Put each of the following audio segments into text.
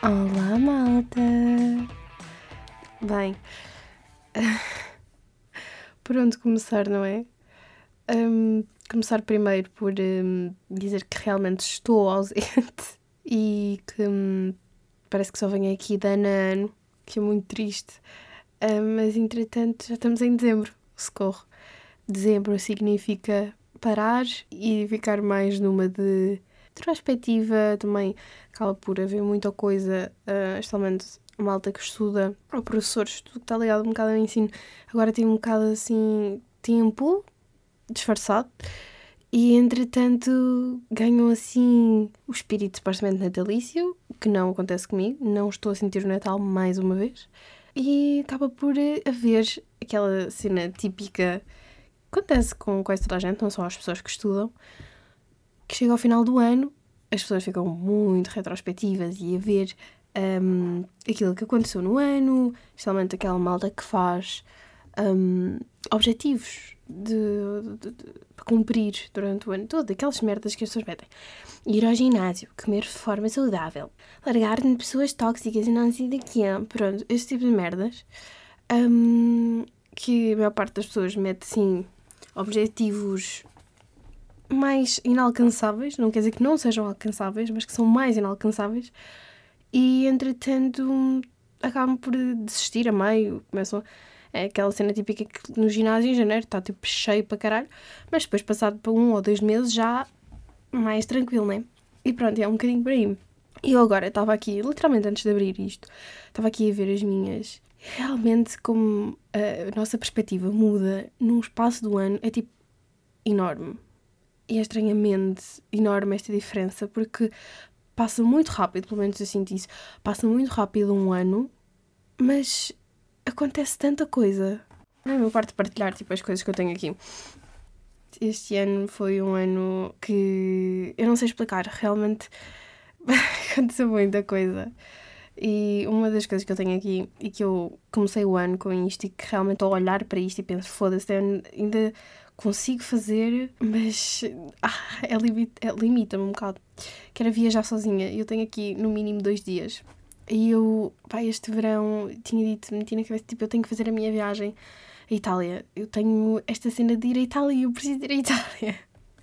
Olá, malta! Bem, por onde começar, não é? Começar primeiro por dizer que realmente estou ausente e que parece que só venho aqui de ano a ano, que é muito triste. Mas, entretanto, já estamos em dezembro, socorro. Dezembro significa parar e ficar mais numa de retrospectiva. Também acaba por haver muita coisa, especialmente a malta que estuda, ou professores, tudo que está ligado um bocado ao ensino. Agora tem um bocado assim tempo disfarçado e entretanto ganham assim o espírito supostamente natalício, que não acontece comigo, não estou a sentir o Natal mais uma vez, e acaba por haver aquela cena típica que acontece com quase toda a gente, não só as pessoas que estudam, que chega ao final do ano, as pessoas ficam muito retrospectivas e a ver aquilo que aconteceu no ano, especialmente aquela malta que faz objetivos para cumprir durante o ano todo, aquelas merdas que as pessoas metem. Ir ao ginásio, comer de forma saudável, largar-te de pessoas tóxicas e não sei daqui. Pronto, este tipo de merdas que a maior parte das pessoas mete, sim, objetivos mais inalcançáveis, não quer dizer que não sejam alcançáveis, mas que são mais inalcançáveis, e entretanto acabam por desistir a meio, começam. É aquela cena típica que no ginásio em janeiro está tipo cheio para caralho, mas depois passado por 1 ou 2 meses já mais tranquilo, né? E pronto, é um bocadinho por aí. E eu agora estava aqui, literalmente antes de abrir isto, estava aqui a ver as minhas. Realmente como a nossa perspectiva muda num espaço do ano é tipo enorme. E é estranhamente enorme esta diferença, porque passa muito rápido, pelo menos eu sinto isso, passa muito rápido um ano, mas acontece tanta coisa. Não é a minha parte de partilhar tipo, as coisas que eu tenho aqui. Este ano foi um ano que eu não sei explicar, realmente aconteceu muita coisa. E uma das coisas que eu tenho aqui e que eu comecei o ano com isto e que realmente estou a olhar para isto e penso, foda-se, eu ainda consigo fazer, mas limita-me um bocado. Quero viajar sozinha. Eu tenho aqui no mínimo 2 dias. E eu, este verão, tinha dito, meti na cabeça, tipo, eu tenho que fazer a minha viagem à Itália. Eu tenho esta cena de ir à Itália e eu preciso ir à Itália.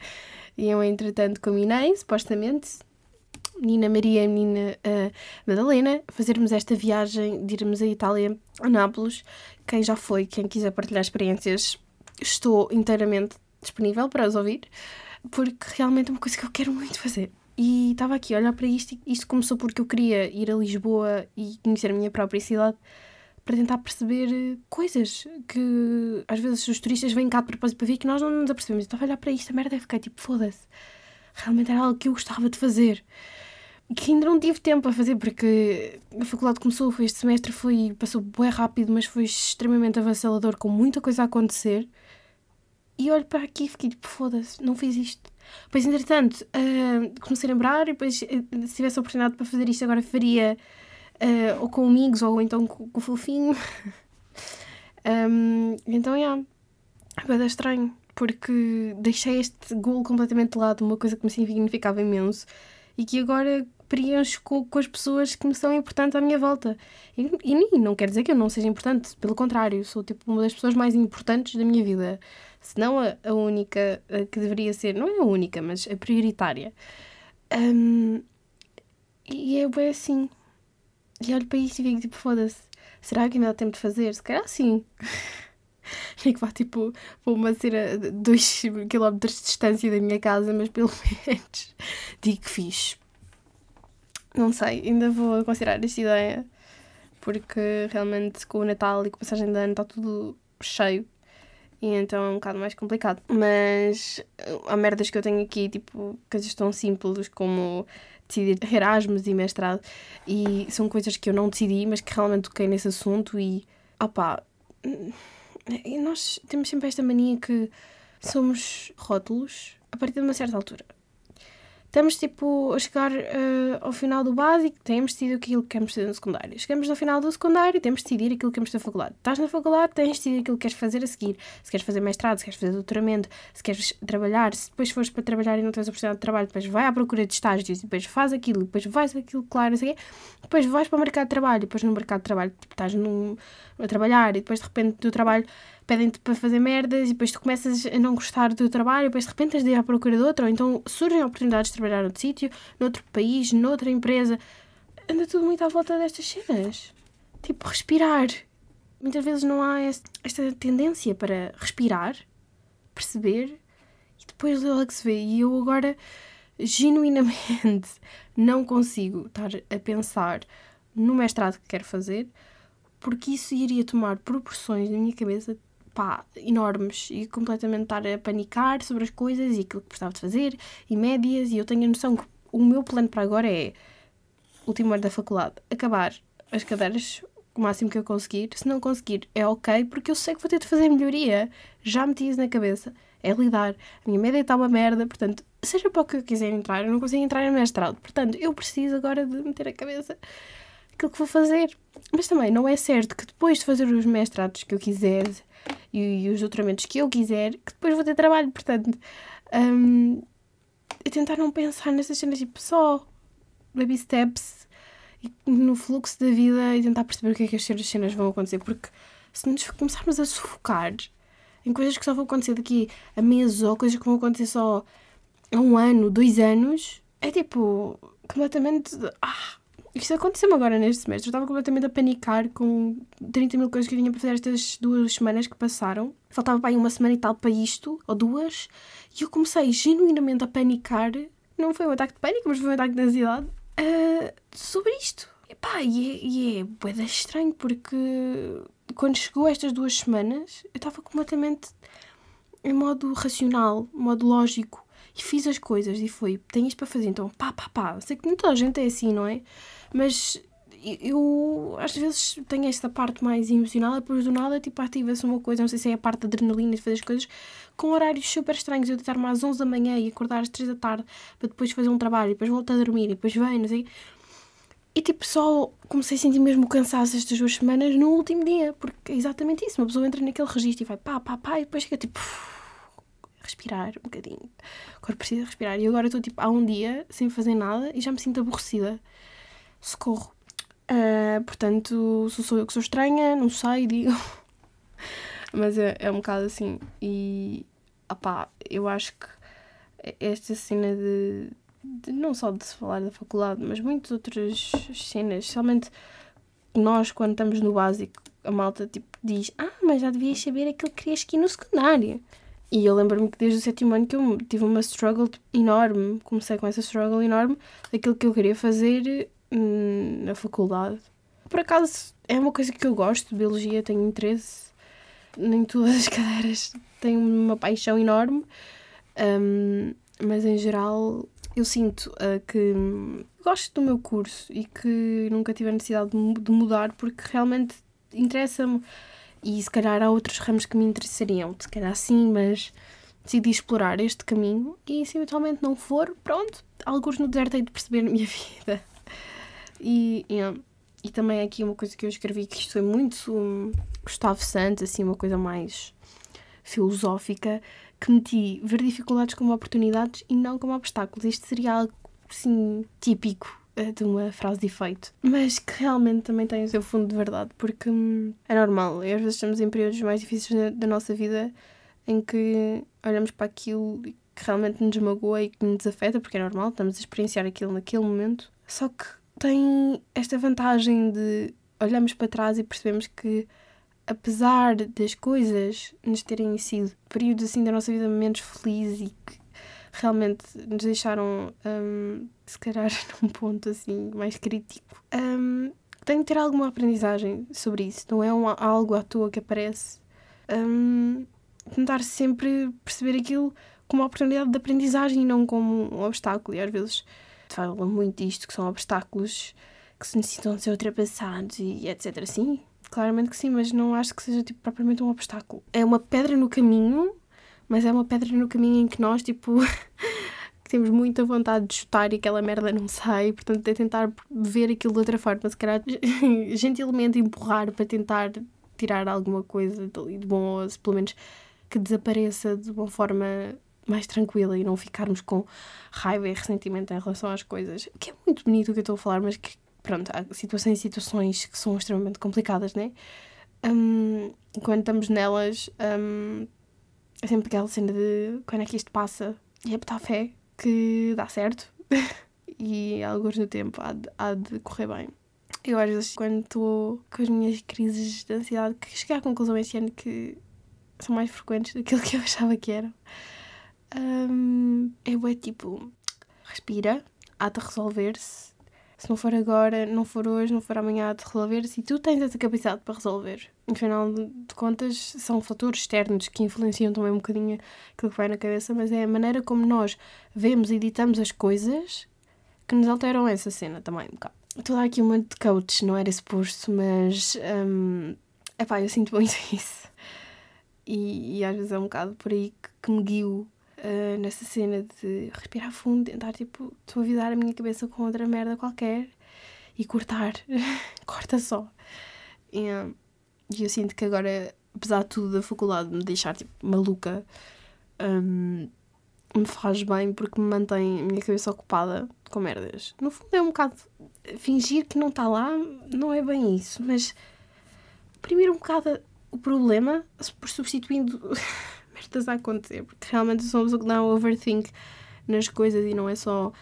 E eu, entretanto, combinei, supostamente, menina Maria e menina Madalena, fazermos esta viagem de irmos à Itália, a Nápoles. Quem já foi, quem quiser partilhar experiências, estou inteiramente disponível para os ouvir, porque realmente é uma coisa que eu quero muito fazer. E estava aqui a olhar para isto e isto começou porque eu queria ir a Lisboa e conhecer a minha própria cidade para tentar perceber coisas que às vezes os turistas vêm cá de propósito para ver que nós não nos apercebemos. Eu estava a olhar para isto, a merda, e fiquei tipo, foda-se. Realmente era algo que eu gostava de fazer. Que ainda não tive tempo a fazer porque a faculdade começou, foi este semestre, passou bem rápido, mas foi extremamente avassalador, com muita coisa a acontecer. E olho para aqui e fiquei tipo, foda-se, não fiz isto. Depois, entretanto, comecei a lembrar e depois, se tivesse a oportunidade para fazer isto, agora faria ou com amigos ou então com o fofinho. Então, é estranho, porque deixei este golo completamente de lado, uma coisa que me significava imenso e que agora preencho com as pessoas que me são importantes à minha volta. E não quer dizer que eu não seja importante, pelo contrário, sou tipo uma das pessoas mais importantes da minha vida. Se não a única que deveria ser, não é a única, mas a prioritária. E é bem assim. E olho para isto e fico tipo, foda-se, será que ainda dá tempo de fazer? Se calhar sim. Nem que vá tipo para uma cena de 2 km de distância da minha casa, mas pelo menos digo que fiz. Não sei, ainda vou considerar esta ideia, porque realmente com o Natal e com a passagem de ano está tudo cheio. E então é um bocado mais complicado. Mas há merdas que eu tenho aqui, tipo, coisas tão simples como decidir Erasmus e mestrado. E são coisas que eu não decidi, mas que realmente toquei nesse assunto e, e nós temos sempre esta mania que somos rótulos a partir de uma certa altura. Estamos, tipo, a chegar ao final do básico, temos decidido aquilo que queremos fazer no secundário. Chegamos ao final do secundário, temos de decidir aquilo que queremos fazer na faculdade. Estás na faculdade, tens de decidir aquilo que queres fazer a seguir. Se queres fazer mestrado, se queres fazer doutoramento, se queres trabalhar, se depois fores para trabalhar e não tens a oportunidade de trabalho, depois vai à procura de estágios, depois faz aquilo, depois vais aquilo, claro, não sei o quê. Depois vais para o mercado de trabalho, depois no mercado de trabalho, tipo, estás a trabalhar e depois de repente do trabalho pedem-te para fazer merdas e depois tu começas a não gostar do teu trabalho e depois de repente tens de ir à procura de outro, ou então surgem oportunidades de trabalhar noutro sítio, noutro país, noutra empresa. Anda tudo muito à volta destas cenas. Tipo, respirar. Muitas vezes não há esta tendência para respirar, perceber e depois logo se vê. E eu agora, genuinamente, não consigo estar a pensar no mestrado que quero fazer, porque isso iria tomar proporções na minha cabeça, enormes, e completamente estar a panicar sobre as coisas e aquilo que precisava de fazer, e médias, e eu tenho a noção que o meu plano para agora é, último ano da faculdade, acabar as cadeiras o máximo que eu conseguir. Se não conseguir, é ok, porque eu sei que vou ter de fazer melhoria. Já meti isso na cabeça. É lidar. A minha média está uma merda, portanto, seja para o que eu quiser entrar, eu não consigo entrar em mestrado. Portanto, eu preciso agora de meter a cabeça aquilo que vou fazer. Mas também não é certo que depois de fazer os mestrados que eu quiser e os doutoramentos que eu quiser, que depois vou ter trabalho. Portanto, é tentar não pensar nessas cenas, tipo, só baby steps e no fluxo da vida e tentar perceber o que é que as cenas vão acontecer. Porque se nos começarmos a sufocar em coisas que só vão acontecer daqui a meses ou coisas que vão acontecer só a 1 ano, 2 anos, é tipo, completamente... Isto aconteceu-me agora neste semestre. Eu estava completamente a panicar com 30 mil coisas que eu tinha para fazer estas 2 semanas que passaram. Faltava para aí 1 semana e tal para isto, ou 2, e eu comecei genuinamente a panicar. Não foi um ataque de pânico, mas foi um ataque de ansiedade sobre isto. E é bué de estranho, porque quando chegou estas 2 semanas, eu estava completamente em modo racional, modo lógico, e fiz as coisas e foi, tenho isto para fazer, então sei que muita gente é assim, não é? Mas eu às vezes tenho esta parte mais emocional e depois do nada tipo ativa-se uma coisa, não sei se é a parte da adrenalina de fazer as coisas, com horários super estranhos, eu deitar-me às 11 da manhã e acordar às 3 da tarde para depois fazer um trabalho e depois voltar a dormir e depois vem, não sei. E tipo, só comecei a sentir mesmo o cansaço estas 2 semanas no último dia, porque é exatamente isso, uma pessoa entra naquele registro e vai e depois fica tipo... respirar um bocadinho. Agora preciso respirar. E agora estou tipo há um dia sem fazer nada e já me sinto aborrecida. Socorro. Portanto, sou eu que sou estranha, não sei, digo. Mas é um bocado assim. E eu acho que esta cena de não só de se falar da faculdade, mas muitas outras cenas, especialmente nós quando estamos no básico, a malta tipo diz, mas já devias saber aquilo que querias aqui no secundário. E eu lembro-me que desde o 7º ano que eu tive uma struggle enorme, comecei com essa struggle enorme, daquilo que eu queria fazer na faculdade. Por acaso é uma coisa que eu gosto, biologia, tenho interesse, nem todas as cadeiras tenho uma paixão enorme, mas em geral eu sinto que gosto do meu curso e que nunca tive a necessidade de mudar porque realmente interessa-me. E se calhar há outros ramos que me interessariam, se calhar sim, mas decidi explorar este caminho e se eventualmente não for, pronto, alguns no deserto hei de perceber na minha vida. E também aqui uma coisa que eu escrevi, que isto foi muito Gustavo Santos, assim, uma coisa mais filosófica, que meti ver dificuldades como oportunidades e não como obstáculos. Isto seria algo, assim, típico de uma frase de efeito, mas que realmente também tem o seu fundo de verdade, porque é normal, e às vezes estamos em períodos mais difíceis da nossa vida em que olhamos para aquilo que realmente nos magoa e que nos afeta, porque é normal, estamos a experienciar aquilo naquele momento, só que tem esta vantagem de olhamos para trás e percebemos que apesar das coisas nos terem sido períodos assim da nossa vida menos felizes e que realmente nos deixaram, se calhar, num ponto assim mais crítico. Tenho de ter alguma aprendizagem sobre isso. Não é algo à toa que aparece. Tentar sempre perceber aquilo como uma oportunidade de aprendizagem e não como um obstáculo. E às vezes falam muito disto, que são obstáculos que se necessitam de ser ultrapassados e etc. Sim, claramente que sim, mas não acho que seja tipo, propriamente um obstáculo. É uma pedra no caminho, mas é uma pedra no caminho em que nós, tipo, temos muita vontade de chutar e aquela merda não sai, portanto é tentar ver aquilo de outra forma, se calhar gentilmente empurrar para tentar tirar alguma coisa dali de bom, ou pelo menos que desapareça de uma forma mais tranquila e não ficarmos com raiva e ressentimento em relação às coisas. Que é muito bonito o que eu estou a falar, mas que, pronto, há situações que são extremamente complicadas, né? Quando estamos nelas, é sempre aquela cena de quando é que isto passa e é botar fé que dá certo e alguns no tempo há de correr bem. Eu às vezes, quando estou com as minhas crises de ansiedade, que cheguei à conclusão este ano que são mais frequentes daquilo que eu achava que eram, é tipo, respira, há de resolver-se. Se não for agora, não for hoje, não for amanhã, há de resolver-se, e tu tens essa capacidade para resolver. No final de contas, são fatores externos que influenciam também um bocadinho aquilo que vai na cabeça, mas é a maneira como nós vemos e editamos as coisas que nos alteram essa cena também um bocado. Estou a dar aqui um monte de coach, não era suposto, mas eu sinto muito isso. E às vezes é um bocado por aí que me guio nessa cena de respirar fundo, tentar suavizar a minha cabeça com outra merda qualquer e cortar. Corta só. E eu sinto que agora, apesar de tudo, a faculdade me deixar maluca, me faz bem porque me mantém a minha cabeça ocupada com merdas. No fundo é um bocado fingir que não está lá, não é bem isso, mas primeiro um bocado o problema por substituindo merdas a acontecer, porque realmente somos o que dá um overthink nas coisas e não é só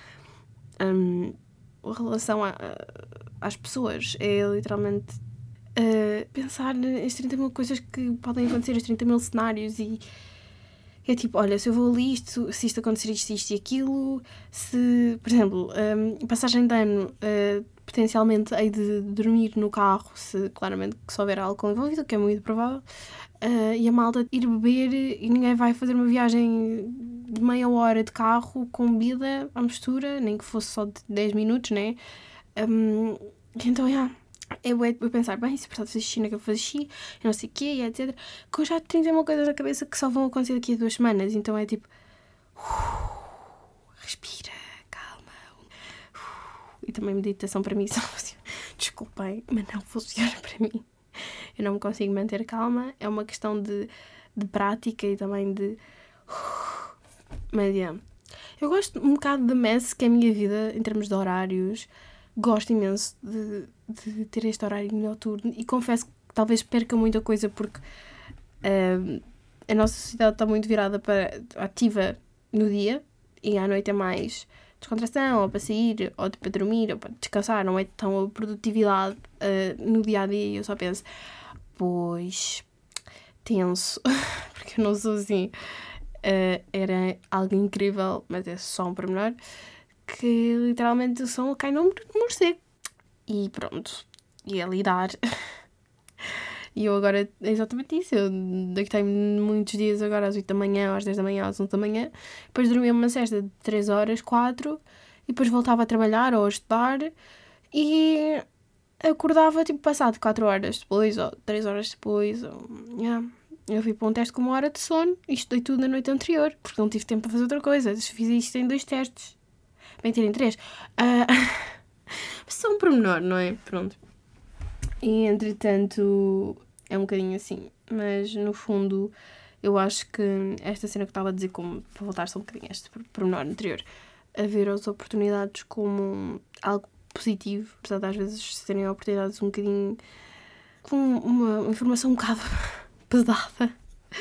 a relação às pessoas, é literalmente pensar nas 30 mil coisas que podem acontecer, os 30 mil cenários, e é tipo, olha, se eu vou ali, se isto acontecer isto e aquilo, se, por exemplo, passagem de ano, potencialmente hei de dormir no carro, se claramente que se houver álcool envolvido, que é muito provável, e a malta ir beber e ninguém vai fazer uma viagem de meia hora de carro com bebida à mistura, nem que fosse só de 10 minutos, né? Então, eu pensar, bem, se precisar fazer xixi, que eu vou fazer xixi, e não sei o quê, e etc. Que eu já tenho uma coisa na cabeça que só vão acontecer daqui a 2 semanas, então é tipo, respira, calma. E também meditação para mim só funciona. Desculpem, mas não funciona para mim. Eu não me consigo manter calma, é uma questão de prática e também de... Mas, eu gosto um bocado da mess que é a minha vida, em termos de horários. Gosto imenso de ter este horário noturno e confesso que talvez perca muita coisa porque a nossa sociedade está muito virada para ativa no dia e à noite é mais descontração, ou para sair, ou para dormir, ou para descansar, não é tão a produtividade no dia-a-dia. E eu só penso, pois, tenso, porque eu não sou assim. Era algo incrível, mas é só um pormenor, que literalmente são cai no morcego. E pronto, e a lidar. E eu agora, é exatamente isso, eu deitei muitos dias agora às 8 da manhã, às 10 da manhã, às 11 da manhã, depois dormia uma cesta de 3 horas, 4, e depois voltava a trabalhar ou a estudar, e acordava passado 4 horas depois, ou 3 horas depois, Eu fui para um teste com 1 hora de sono e estudei tudo na noite anterior, porque não tive tempo para fazer outra coisa. Fiz isto em 2 testes. Bem, tirem 3. Só um pormenor, não é? Pronto. E, entretanto, é um bocadinho assim. Mas, no fundo, eu acho que esta cena que estava a dizer, como, para voltar só um bocadinho a este pormenor anterior, a ver as oportunidades como algo positivo, apesar de às vezes serem oportunidades um bocadinho com uma informação um bocado pesada.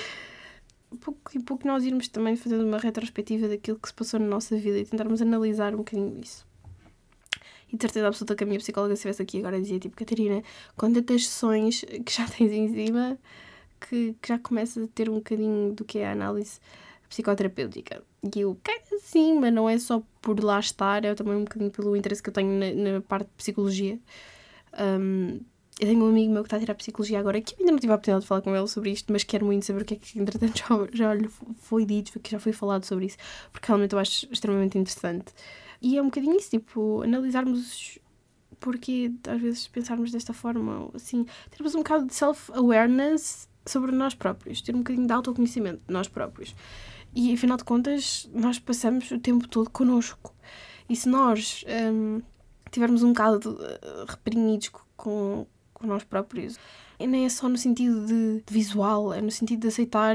Pouco nós irmos também fazendo uma retrospectiva daquilo que se passou na nossa vida e tentarmos analisar um bocadinho isso. E de certeza absoluta que a minha psicóloga, se estivesse aqui agora, dizia Catarina, com tantas sessões que já tens em cima, que já começas a ter um bocadinho do que é a análise psicoterapêutica. E eu, sim, mas não é só por lá estar, é também um bocadinho pelo interesse que eu tenho na parte de psicologia. Eu tenho um amigo meu que está a tirar psicologia agora, que eu ainda não tive a oportunidade de falar com ele sobre isto, mas quero muito saber o que é que, entretanto, já lhe foi dito, que já foi falado sobre isso, porque realmente eu acho extremamente interessante. E é um bocadinho isso, analisarmos porque, às vezes, pensarmos desta forma, assim, termos um bocado de self-awareness sobre nós próprios, ter um bocadinho de autoconhecimento de nós próprios. E, afinal de contas, nós passamos o tempo todo connosco. E se nós estivermos um bocado reprimidos com nós próprios, e nem é só no sentido de visual, é no sentido de aceitar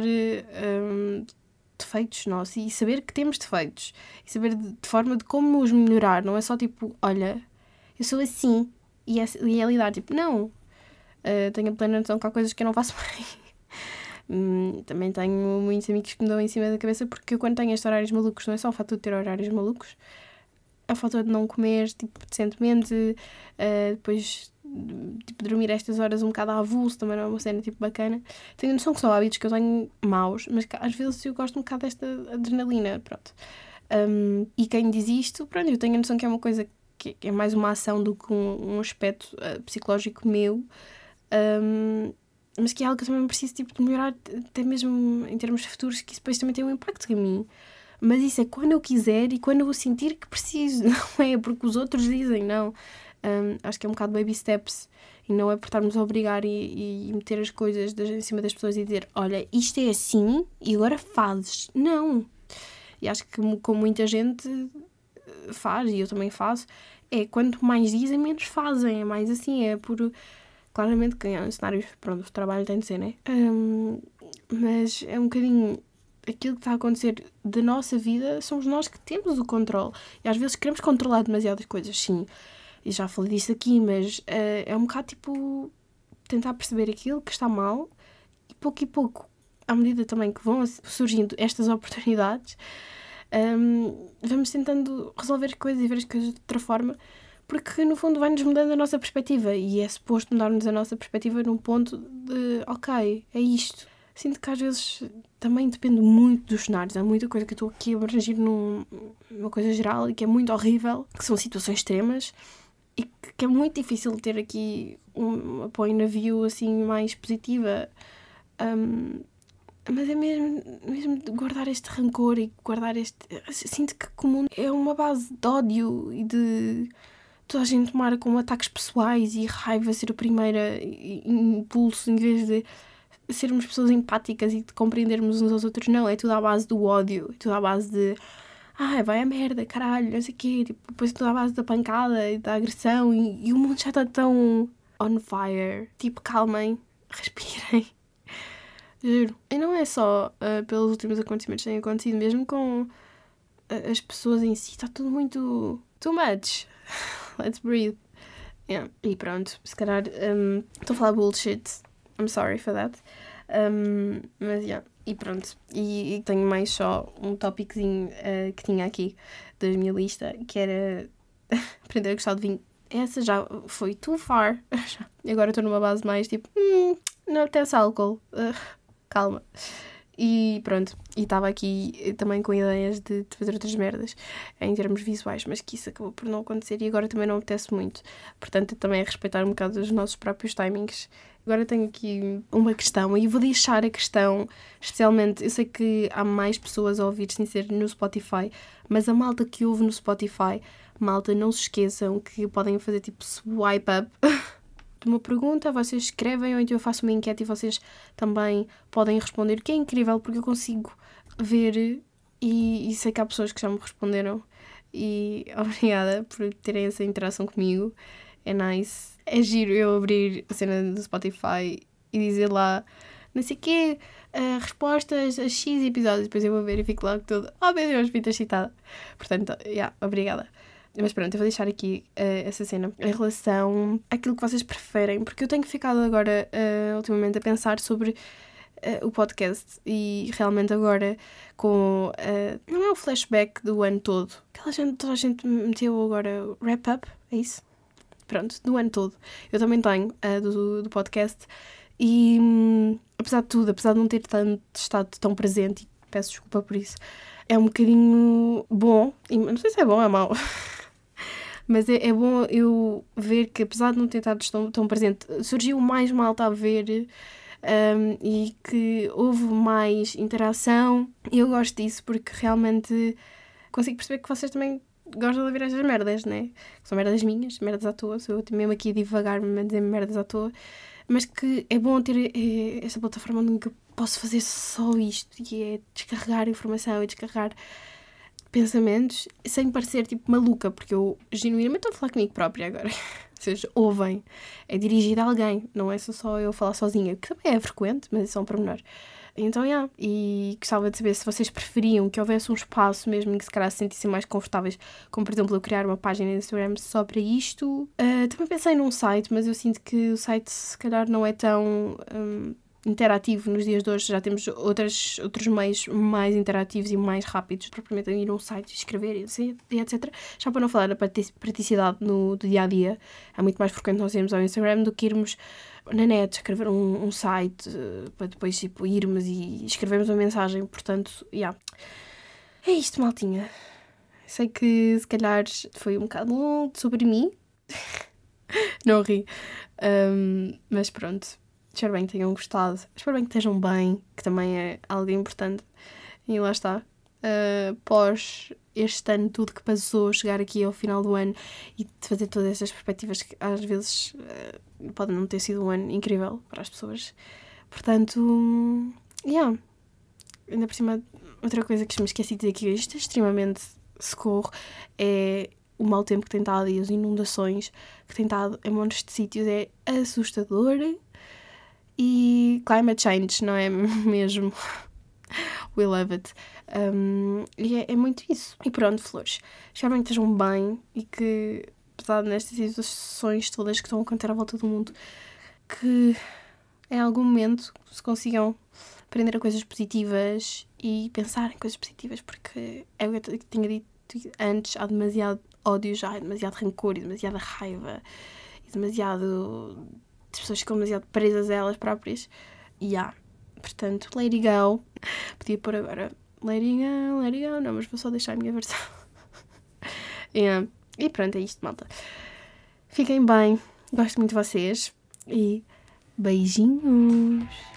defeitos nossos e saber que temos defeitos. E saber de forma de como os melhorar. Não é só tipo, olha, eu sou assim. E a realidade, tipo, não. Tenho a plena noção que há coisas que eu não faço bem. Também tenho muitos amigos que me dão em cima da cabeça porque eu, quando tenho estes horários malucos, não é só o fato de ter horários malucos, é o fato de não comer tipo, decentemente, depois tipo, dormir estas horas um bocado à avulso, também não é uma cena tipo, bacana. Tenho a noção que são hábitos que eu tenho maus, mas que às vezes eu gosto um bocado desta adrenalina, pronto. E quem diz isto, pronto, eu tenho a noção que é uma coisa que é mais uma ação do que um aspecto psicológico meu, mas que é algo que eu também preciso tipo, de melhorar, até mesmo em termos futuros, que isso depois também tem um impacto em mim. Mas isso é quando eu quiser e quando eu sentir que preciso, não é porque os outros dizem, não. Acho que é um bocado baby steps e não é por estarmos a obrigar e meter as coisas em cima das pessoas e dizer, olha, isto é assim e agora fazes. Não. E acho que como muita gente faz, e eu também faço, é quanto mais dizem, menos fazem. É mais assim, é por... Claramente que em cenários, pronto, o trabalho tem de ser, né? Mas é um bocadinho... Aquilo que está a acontecer da nossa vida somos nós que temos o controle. E às vezes queremos controlar demasiadas coisas, sim. E já falei disso aqui, mas é um bocado tipo... Tentar perceber aquilo que está mal e pouco, à medida também que vão surgindo estas oportunidades, vamos tentando resolver as coisas e ver as coisas de outra forma, porque no fundo vai-nos mudando a nossa perspectiva e é suposto mudar-nos a nossa perspectiva num ponto de ok, é isto. Sinto que às vezes também depende muito dos cenários. Há muita coisa que eu estou aqui a abranger numa coisa geral e que é muito horrível, que são situações extremas e que é muito difícil ter aqui um apoio na view assim mais positiva. Mas é mesmo de guardar este rancor e guardar este... Sinto que o mundo é uma base de ódio e de toda a gente tomar com ataques pessoais e raiva ser o primeiro impulso em vez de sermos pessoas empáticas e de compreendermos uns aos outros. Não, é tudo à base do ódio, é tudo à base de vai a merda, caralho, não sei o quê, tipo, depois é tudo à base da pancada e da agressão e o mundo já está tão on fire. Tipo, calmem, respirem. Juro. E não é só pelos últimos acontecimentos que têm acontecido, mesmo com as pessoas em si, está tudo muito too much. Let's breathe. Yeah. E pronto, se calhar estou a falar bullshit. I'm sorry for that. Mas yeah. E pronto. E tenho mais só um tópicozinho que tinha aqui da minha lista, que era aprender a gostar de vinho. Essa já foi too far. Agora estou numa base mais tipo, não apetece álcool. Calma. E pronto, e estava aqui também com ideias de fazer outras merdas em termos visuais, mas que isso acabou por não acontecer e agora também não apetece muito. Portanto, também é respeitar um bocado os nossos próprios timings. Agora tenho aqui uma questão e vou deixar a questão, especialmente, eu sei que há mais pessoas a ouvir sem ser no Spotify, mas a malta que ouve no Spotify, malta, não se esqueçam que podem fazer tipo swipe up de uma pergunta, vocês escrevem ou então eu faço uma enquete e vocês também podem responder, o que é incrível porque eu consigo ver e sei que há pessoas que já me responderam e obrigada por terem essa interação comigo, é nice. É giro eu abrir a cena do Spotify e dizer lá, não sei o quê, respostas a X episódios, depois eu vou ver e fico logo tudo, oh meu Deus, fui citada. Portanto, obrigada. Mas pronto, eu vou deixar aqui essa cena em relação àquilo que vocês preferem, porque eu tenho ficado agora, ultimamente, a pensar sobre o podcast e realmente agora com... não é o flashback do ano todo. Toda a gente meteu agora o wrap-up, é isso? Pronto, do ano todo. Eu também tenho do podcast e apesar de tudo, apesar de não ter estado tão presente, e peço desculpa por isso, é um bocadinho bom, e não sei se é bom ou é mau, mas é bom eu ver que apesar de não ter estado tão presente, surgiu mais malta a ver e que houve mais interação e eu gosto disso porque realmente consigo perceber que vocês também gostam de ouvir estas merdas, né? São merdas minhas, merdas à toa, sou eu mesmo aqui a divagar-me a dizer merdas à toa, mas que é bom ter esta plataforma onde eu posso fazer só isto, e é descarregar informação e descarregar pensamentos sem parecer tipo maluca, porque eu genuinamente estou a falar comigo própria agora. Ou seja, ouvem, é dirigido a alguém, não é só eu falar sozinha, que também é frequente, mas é só um pormenor. Então, e gostava de saber se vocês preferiam que houvesse um espaço mesmo em que se calhar se sentissem mais confortáveis, como por exemplo eu criar uma página no Instagram só para isto. Também pensei num site, mas eu sinto que o site se calhar não é tão interativo nos dias de hoje. Já temos outros meios mais interativos e mais rápidos, propriamente ir a um site e escrever e etc. Já para não falar da praticidade do dia-a-dia, é muito mais frequente nós irmos ao Instagram do que irmos na net, escrever um site para depois tipo, irmos e escrevermos uma mensagem. Portanto, é isto, maltinha. Sei que se calhar foi um bocado longo sobre mim. Não ri. Mas pronto. Espero bem que tenham gostado. Espero bem que estejam bem, que também é algo importante. E lá está. Após este ano, tudo que passou, chegar aqui ao final do ano e de fazer todas estas perspectivas que às vezes pode não ter sido um ano incrível para as pessoas. Portanto, ainda por cima, outra coisa que me esqueci de dizer aqui, isto é extremamente socorro, é o mau tempo que tem estado e as inundações que tem estado em montes de sítios. É assustador. E climate change, não é mesmo? We love it. E é muito isso. E pronto, flores. Espero bem que estejam bem e que, apesar destas situações todas que estão a acontecer à volta do mundo, que em algum momento se consigam aprender a coisas positivas e pensar em coisas positivas, porque é o que eu tinha dito antes, há demasiado ódio já, há demasiado rancor e demasiada raiva e demasiado... as pessoas ficam demasiado presas a elas próprias. Portanto, let it go. Podia pôr agora let it go. Não, mas vou só deixar a minha versão. E pronto, é isto, malta. Fiquem bem. Gosto muito de vocês. E beijinhos.